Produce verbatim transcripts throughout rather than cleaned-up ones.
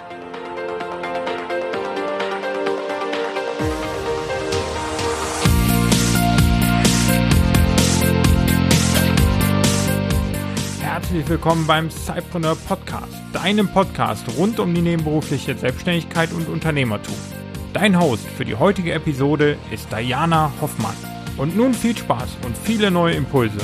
Herzlich willkommen beim Sidepreneur Podcast, deinem Podcast rund um die nebenberufliche Selbstständigkeit und Unternehmertum. Dein Host für die heutige Episode ist Diana Hoffmann. Und nun viel Spaß und viele neue Impulse.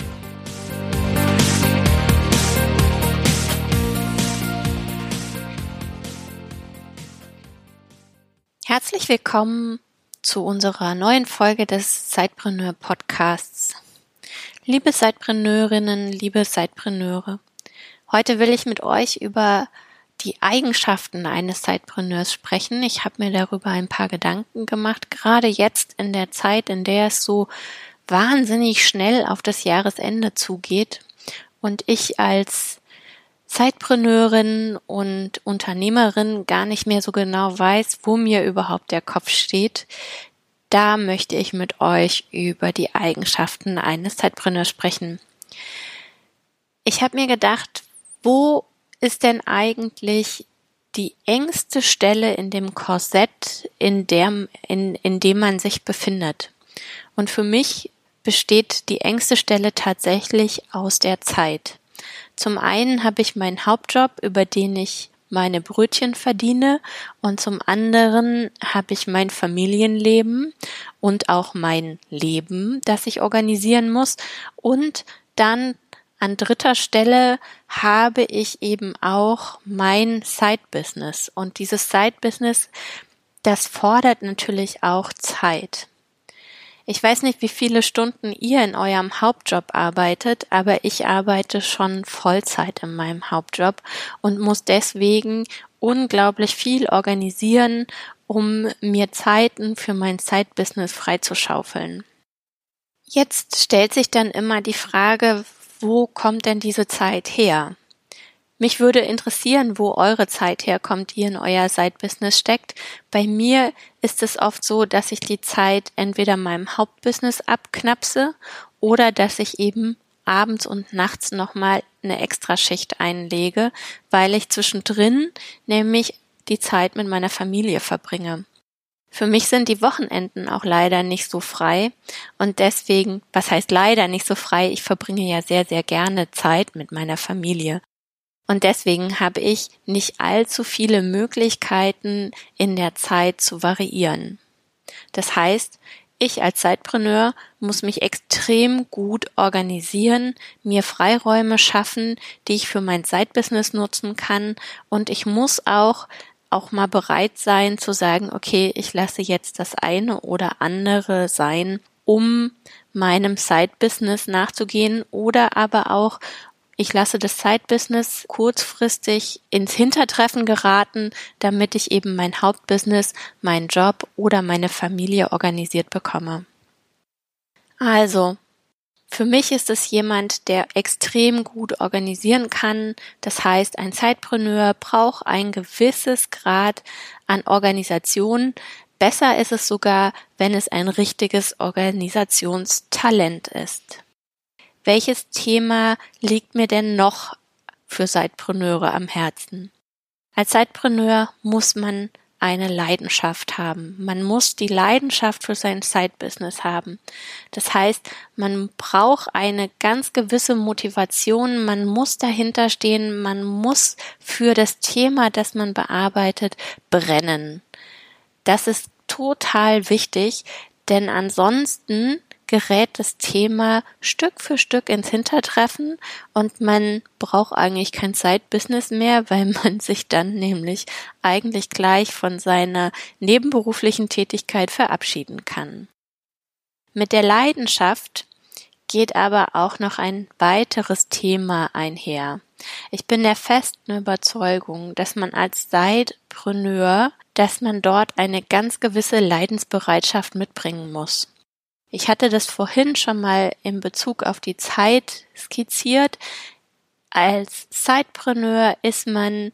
Herzlich willkommen zu unserer neuen Folge des Sidepreneur Podcasts. Liebe Sidepreneurinnen, liebe Sidepreneure, heute will ich mit euch über die Eigenschaften eines Sidepreneurs sprechen. Ich habe mir darüber ein paar Gedanken gemacht, gerade jetzt in der Zeit, in der es so wahnsinnig schnell auf das Jahresende zugeht und ich als Sidepreneurin und Unternehmerin gar nicht mehr so genau weiß, wo mir überhaupt der Kopf steht. Da möchte ich mit euch über die Eigenschaften eines Sidepreneurs sprechen. Ich habe mir gedacht, wo ist denn eigentlich die engste Stelle in dem Korsett, in der, in, in dem man sich befindet? Und für mich besteht die engste Stelle tatsächlich aus der Zeit. Zum einen habe ich meinen Hauptjob, über den ich meine Brötchen verdiene, und zum anderen habe ich mein Familienleben und auch mein Leben, das ich organisieren muss, und dann an dritter Stelle habe ich eben auch mein Side-Business, und dieses Side-Business, das fordert natürlich auch Zeit. Ich weiß nicht, wie viele Stunden ihr in eurem Hauptjob arbeitet, aber ich arbeite schon Vollzeit in meinem Hauptjob und muss deswegen unglaublich viel organisieren, um mir Zeiten für mein Side-Business freizuschaufeln. Jetzt stellt sich dann immer die Frage, wo kommt denn diese Zeit her? Mich würde interessieren, wo eure Zeit herkommt, die in euer Side-Business steckt. Bei mir ist es oft so, dass ich die Zeit entweder meinem Hauptbusiness abknapse oder dass ich eben abends und nachts nochmal eine Extraschicht einlege, weil ich zwischendrin nämlich die Zeit mit meiner Familie verbringe. Für mich sind die Wochenenden auch leider nicht so frei und deswegen, was heißt leider nicht so frei, ich verbringe ja sehr, sehr gerne Zeit mit meiner Familie. Und deswegen habe ich nicht allzu viele Möglichkeiten in der Zeit zu variieren. Das heißt, ich als Sidepreneur muss mich extrem gut organisieren, mir Freiräume schaffen, die ich für mein Side-Business nutzen kann, und ich muss auch auch mal bereit sein zu sagen, okay, ich lasse jetzt das eine oder andere sein, um meinem Side-Business nachzugehen, oder aber auch ich lasse das Side-Business kurzfristig ins Hintertreffen geraten, damit ich eben mein Hauptbusiness, meinen Job oder meine Familie organisiert bekomme. Also, für mich ist es jemand, der extrem gut organisieren kann. Das heißt, ein Sidepreneur braucht ein gewisses Grad an Organisation. Besser ist es sogar, wenn es ein richtiges Organisationstalent ist. Welches Thema liegt mir denn noch für Sidepreneure am Herzen? Als Sidepreneur muss man eine Leidenschaft haben. Man muss die Leidenschaft für sein Side-Business haben. Das heißt, man braucht eine ganz gewisse Motivation, man muss dahinter stehen, man muss für das Thema, das man bearbeitet, brennen. Das ist total wichtig, denn ansonsten gerät das Thema Stück für Stück ins Hintertreffen und man braucht eigentlich kein Side-Business mehr, weil man sich dann nämlich eigentlich gleich von seiner nebenberuflichen Tätigkeit verabschieden kann. Mit der Leidenschaft geht aber auch noch ein weiteres Thema einher. Ich bin der festen Überzeugung, dass man als Sidepreneur, dass man dort eine ganz gewisse Leidensbereitschaft mitbringen muss. Ich hatte das vorhin schon mal in Bezug auf die Zeit skizziert. Als Sidepreneur ist man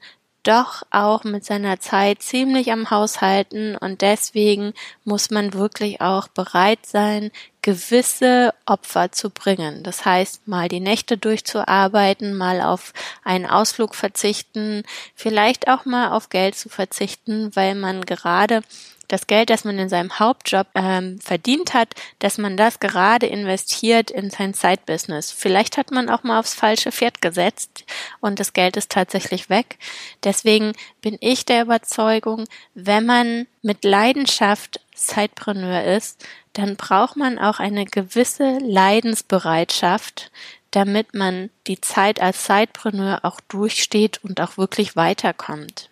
doch auch mit seiner Zeit ziemlich am Haushalten und deswegen muss man wirklich auch bereit sein, gewisse Opfer zu bringen. Das heißt, mal die Nächte durchzuarbeiten, mal auf einen Ausflug verzichten, vielleicht auch mal auf Geld zu verzichten, weil man gerade das Geld, das man in seinem Hauptjob ähm, verdient hat, dass man das gerade investiert in sein Side-Business. Vielleicht hat man auch mal aufs falsche Pferd gesetzt und das Geld ist tatsächlich weg. Deswegen bin ich der Überzeugung, wenn man mit Leidenschaft Sidepreneur ist, dann braucht man auch eine gewisse Leidensbereitschaft, damit man die Zeit als Sidepreneur auch durchsteht und auch wirklich weiterkommt.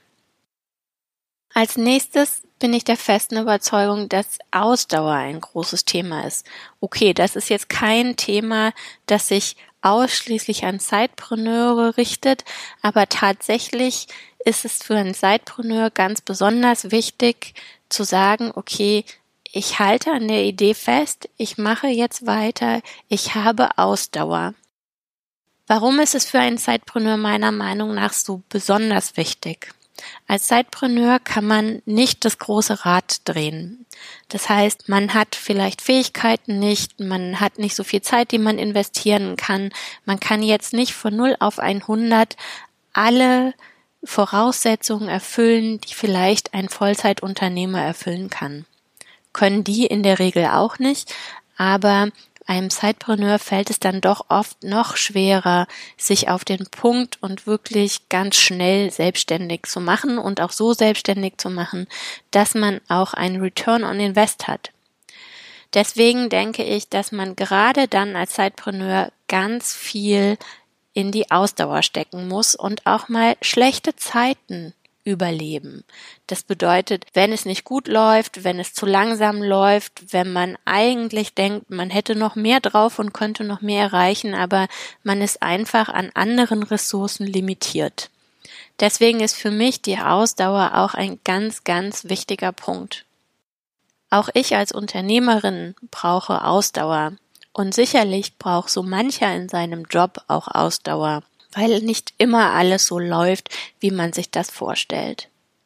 Als nächstes bin ich der festen Überzeugung, dass Ausdauer ein großes Thema ist. Okay, das ist jetzt kein Thema, das sich ausschließlich an Sidepreneure richtet, aber tatsächlich ist es für einen Sidepreneur ganz besonders wichtig zu sagen, okay, ich halte an der Idee fest, ich mache jetzt weiter, ich habe Ausdauer. Warum ist es für einen Sidepreneur meiner Meinung nach so besonders wichtig? Als Sidepreneur kann man nicht das große Rad drehen. Das heißt, man hat vielleicht Fähigkeiten nicht, man hat nicht so viel Zeit, die man investieren kann. Man kann jetzt nicht von null auf hundert alle Voraussetzungen erfüllen, die vielleicht ein Vollzeitunternehmer erfüllen kann. Können die in der Regel auch nicht, aber einem Sidepreneur fällt es dann doch oft noch schwerer, sich auf den Punkt und wirklich ganz schnell selbstständig zu machen und auch so selbstständig zu machen, dass man auch einen Return on Invest hat. Deswegen denke ich, dass man gerade dann als Sidepreneur ganz viel in die Ausdauer stecken muss und auch mal schlechte Zeiten überleben. Das bedeutet, wenn es nicht gut läuft, wenn es zu langsam läuft, wenn man eigentlich denkt, man hätte noch mehr drauf und könnte noch mehr erreichen, aber man ist einfach an anderen Ressourcen limitiert. Deswegen ist für mich die Ausdauer auch ein ganz, ganz wichtiger Punkt. Auch ich als Unternehmerin brauche Ausdauer und sicherlich braucht so mancher in seinem Job auch Ausdauer, weil nicht immer alles so läuft, wie man sich das vorstellt.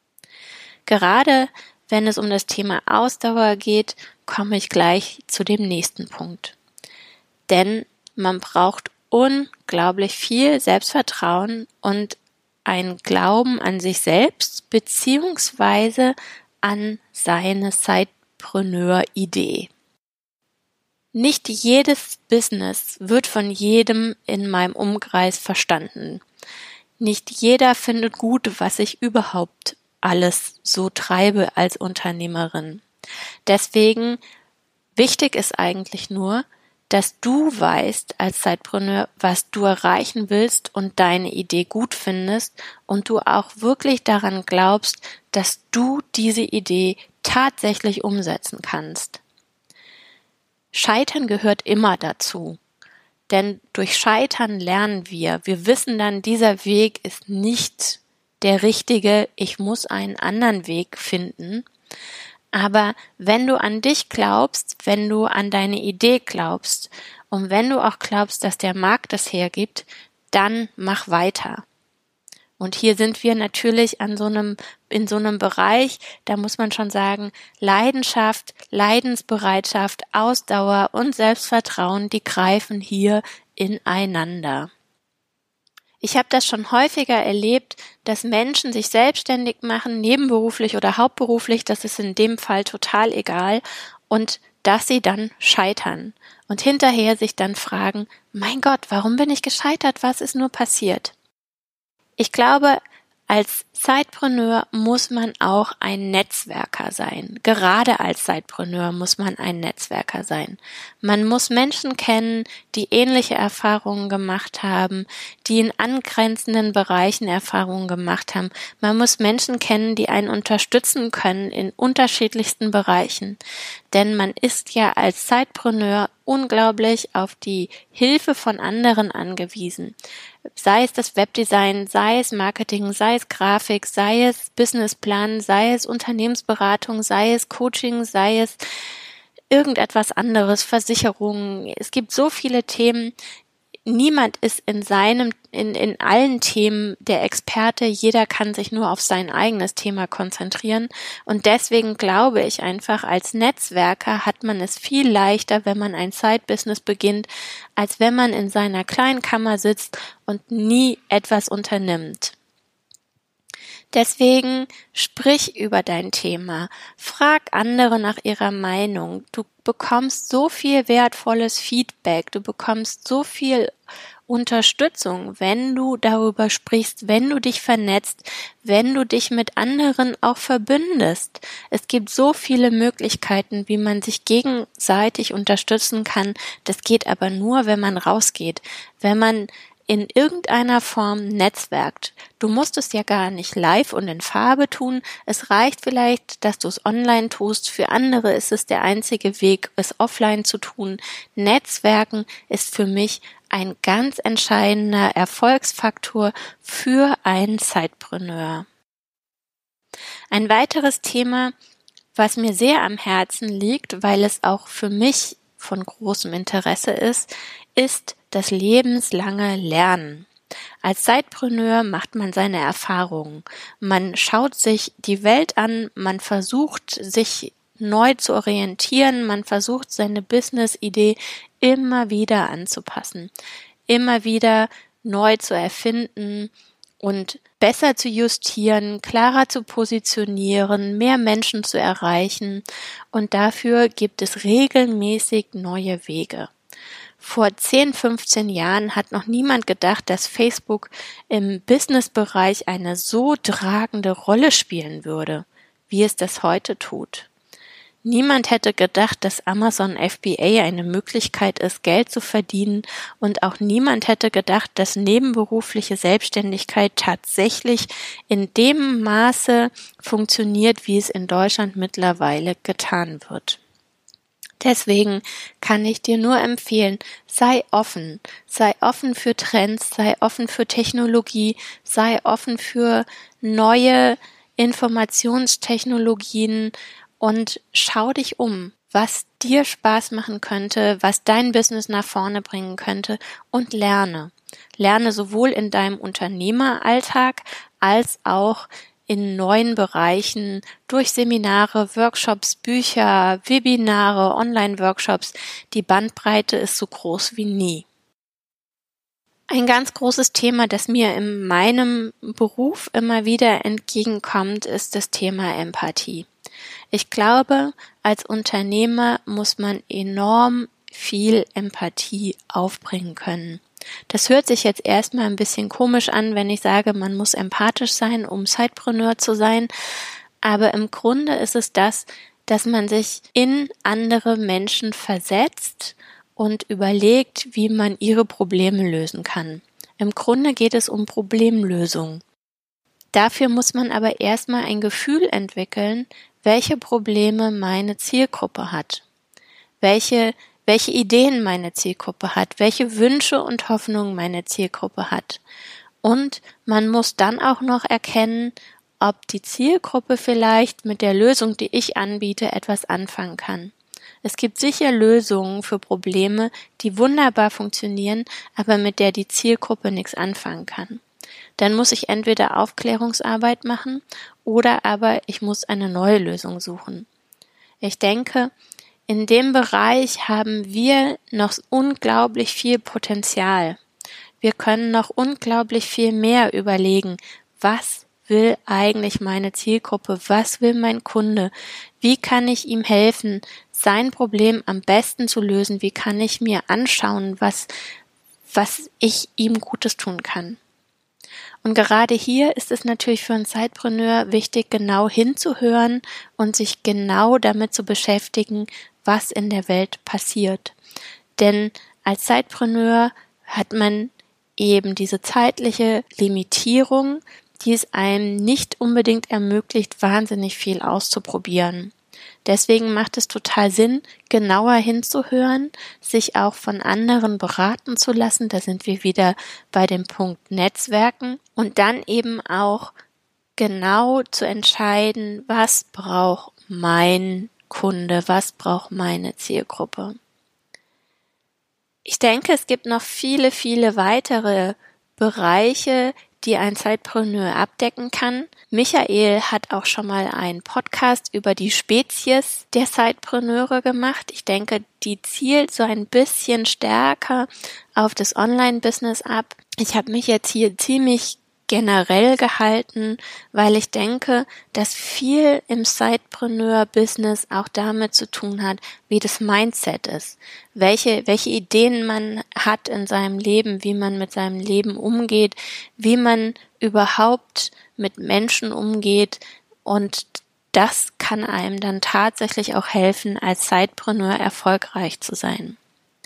Gerade wenn es um das Thema Ausdauer geht, komme ich gleich zu dem nächsten Punkt. Denn man braucht unglaublich viel Selbstvertrauen und einen Glauben an sich selbst beziehungsweise an seine Sidepreneur-Idee. Nicht jedes Business wird von jedem in meinem Umkreis verstanden. Nicht jeder findet gut, was ich überhaupt alles so treibe als Unternehmerin. Deswegen wichtig ist eigentlich nur, dass du weißt als Sidepreneur, was du erreichen willst und deine Idee gut findest und du auch wirklich daran glaubst, dass du diese Idee tatsächlich umsetzen kannst. Scheitern gehört immer dazu, denn durch Scheitern lernen wir. Wir wissen dann, dieser Weg ist nicht der richtige, ich muss einen anderen Weg finden. Aber wenn du an dich glaubst, wenn du an deine Idee glaubst und wenn du auch glaubst, dass der Markt es hergibt, dann mach weiter. Und hier sind wir natürlich an so einem, in so einem Bereich, da muss man schon sagen, Leidenschaft, Leidensbereitschaft, Ausdauer und Selbstvertrauen, die greifen hier ineinander. Ich habe das schon häufiger erlebt, dass Menschen sich selbstständig machen, nebenberuflich oder hauptberuflich, das ist in dem Fall total egal, und dass sie dann scheitern und hinterher sich dann fragen, mein Gott, warum bin ich gescheitert, was ist nur passiert? Ich glaube, als Sidepreneur muss man auch ein Netzwerker sein. Gerade als Sidepreneur muss man ein Netzwerker sein. Man muss Menschen kennen, die ähnliche Erfahrungen gemacht haben, die in angrenzenden Bereichen Erfahrungen gemacht haben. Man muss Menschen kennen, die einen unterstützen können in unterschiedlichsten Bereichen. Denn man ist ja als Sidepreneur unglaublich auf die Hilfe von anderen angewiesen. Sei es das Webdesign, sei es Marketing, sei es Grafik, sei es Businessplan, sei es Unternehmensberatung, sei es Coaching, sei es irgendetwas anderes, Versicherungen. Es gibt so viele Themen. niemand ist in seinem, in, in allen Themen der Experte. Jeder kann sich nur auf sein eigenes Thema konzentrieren. Und deswegen glaube ich einfach, als Netzwerker hat man es viel leichter, wenn man ein Side-Business beginnt, als wenn man in seiner kleinen Kammer sitzt und nie etwas unternimmt. Deswegen sprich über dein Thema, frag andere nach ihrer Meinung. Du bekommst so viel wertvolles Feedback, du bekommst so viel Unterstützung, wenn du darüber sprichst, wenn du dich vernetzt, wenn du dich mit anderen auch verbündest. Es gibt so viele Möglichkeiten, wie man sich gegenseitig unterstützen kann. Das geht aber nur, wenn man rausgeht, wenn man in irgendeiner Form netzwerkt. Du musst es ja gar nicht live und in Farbe tun. Es reicht vielleicht, dass du es online tust. Für andere ist es der einzige Weg, es offline zu tun. Netzwerken ist für mich ein ganz entscheidender Erfolgsfaktor für einen Sidepreneur. Ein weiteres Thema, was mir sehr am Herzen liegt, weil es auch für mich von großem Interesse ist, ist das lebenslange Lernen. Als Sidepreneur macht man seine Erfahrungen. Man schaut sich die Welt an, man versucht, sich neu zu orientieren, man versucht, seine Business-Idee immer wieder anzupassen, immer wieder neu zu erfinden und besser zu justieren, klarer zu positionieren, mehr Menschen zu erreichen, und dafür gibt es regelmäßig neue Wege. Vor zehn, fünfzehn Jahren hat noch niemand gedacht, dass Facebook im Businessbereich eine so tragende Rolle spielen würde, wie es das heute tut. Niemand hätte gedacht, dass Amazon F B A eine Möglichkeit ist, Geld zu verdienen, und auch niemand hätte gedacht, dass nebenberufliche Selbstständigkeit tatsächlich in dem Maße funktioniert, wie es in Deutschland mittlerweile getan wird. Deswegen kann ich dir nur empfehlen, sei offen, sei offen für Trends, sei offen für Technologie, sei offen für neue Informationstechnologien und schau dich um, was dir Spaß machen könnte, was dein Business nach vorne bringen könnte, und lerne. Lerne sowohl in deinem Unternehmeralltag als auch in neuen Bereichen durch Seminare, Workshops, Bücher, Webinare, Online-Workshops. Die Bandbreite ist so groß wie nie. Ein ganz großes Thema, das mir in meinem Beruf immer wieder entgegenkommt, ist das Thema Empathie. Ich glaube, als Unternehmer muss man enorm viel Empathie aufbringen können. Das hört sich jetzt erstmal ein bisschen komisch an, wenn ich sage, man muss empathisch sein, um Sidepreneur zu sein. Aber im Grunde ist es das, dass man sich in andere Menschen versetzt und überlegt, wie man ihre Probleme lösen kann. Im Grunde geht es um Problemlösung. Dafür muss man aber erstmal ein Gefühl entwickeln, welche Probleme meine Zielgruppe hat, welche welche Ideen meine Zielgruppe hat, welche Wünsche und Hoffnungen meine Zielgruppe hat. Und man muss dann auch noch erkennen, ob die Zielgruppe vielleicht mit der Lösung, die ich anbiete, etwas anfangen kann. Es gibt sicher Lösungen für Probleme, die wunderbar funktionieren, aber mit der die Zielgruppe nichts anfangen kann. Dann muss ich entweder Aufklärungsarbeit machen oder aber ich muss eine neue Lösung suchen. Ich denke, in dem Bereich haben wir noch unglaublich viel Potenzial. Wir können noch unglaublich viel mehr überlegen, was will eigentlich meine Zielgruppe, was will mein Kunde, wie kann ich ihm helfen, sein Problem am besten zu lösen, wie kann ich mir anschauen, was, was ich ihm Gutes tun kann. Und gerade hier ist es natürlich für einen Sidepreneur wichtig, genau hinzuhören und sich genau damit zu beschäftigen, was in der Welt passiert. Denn als Sidepreneur hat man eben diese zeitliche Limitierung, die es einem nicht unbedingt ermöglicht, wahnsinnig viel auszuprobieren. Deswegen macht es total Sinn, genauer hinzuhören, sich auch von anderen beraten zu lassen. Da sind wir wieder bei dem Punkt Netzwerken. Und dann eben auch genau zu entscheiden, was braucht mein Kunde, was braucht meine Zielgruppe. Ich denke, es gibt noch viele, viele weitere Bereiche, die ein Zeitpreneur abdecken kann. Michael hat auch schon mal einen Podcast über die Spezies der Zeitpreneure gemacht. Ich denke, die zielt so ein bisschen stärker auf das Online-Business ab. Ich habe mich jetzt hier ziemlich generell gehalten, weil ich denke, dass viel im Zeitpreneur-Business auch damit zu tun hat, wie das Mindset ist, welche, welche Ideen man hat in seinem Leben, wie man mit seinem Leben umgeht, wie man überhaupt mit Menschen umgeht, und das kann einem dann tatsächlich auch helfen, als Zeitpreneur erfolgreich zu sein.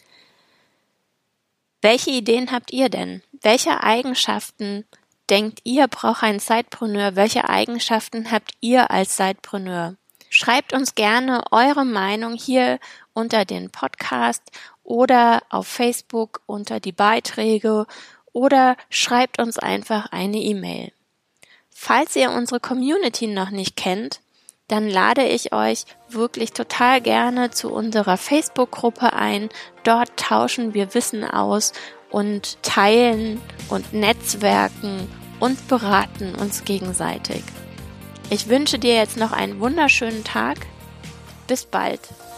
Welche Ideen habt ihr denn? Welche Eigenschaften denkt ihr, braucht ein Zeitpreneur? Welche Eigenschaften habt ihr als Zeitpreneur? Schreibt uns gerne eure Meinung hier unter den Podcast oder auf Facebook unter die Beiträge oder schreibt uns einfach eine E-Mail. Falls ihr unsere Community noch nicht kennt, dann lade ich euch wirklich total gerne zu unserer Facebook-Gruppe ein. Dort tauschen wir Wissen aus und teilen und netzwerken und beraten uns gegenseitig. Ich wünsche dir jetzt noch einen wunderschönen Tag. Bis bald.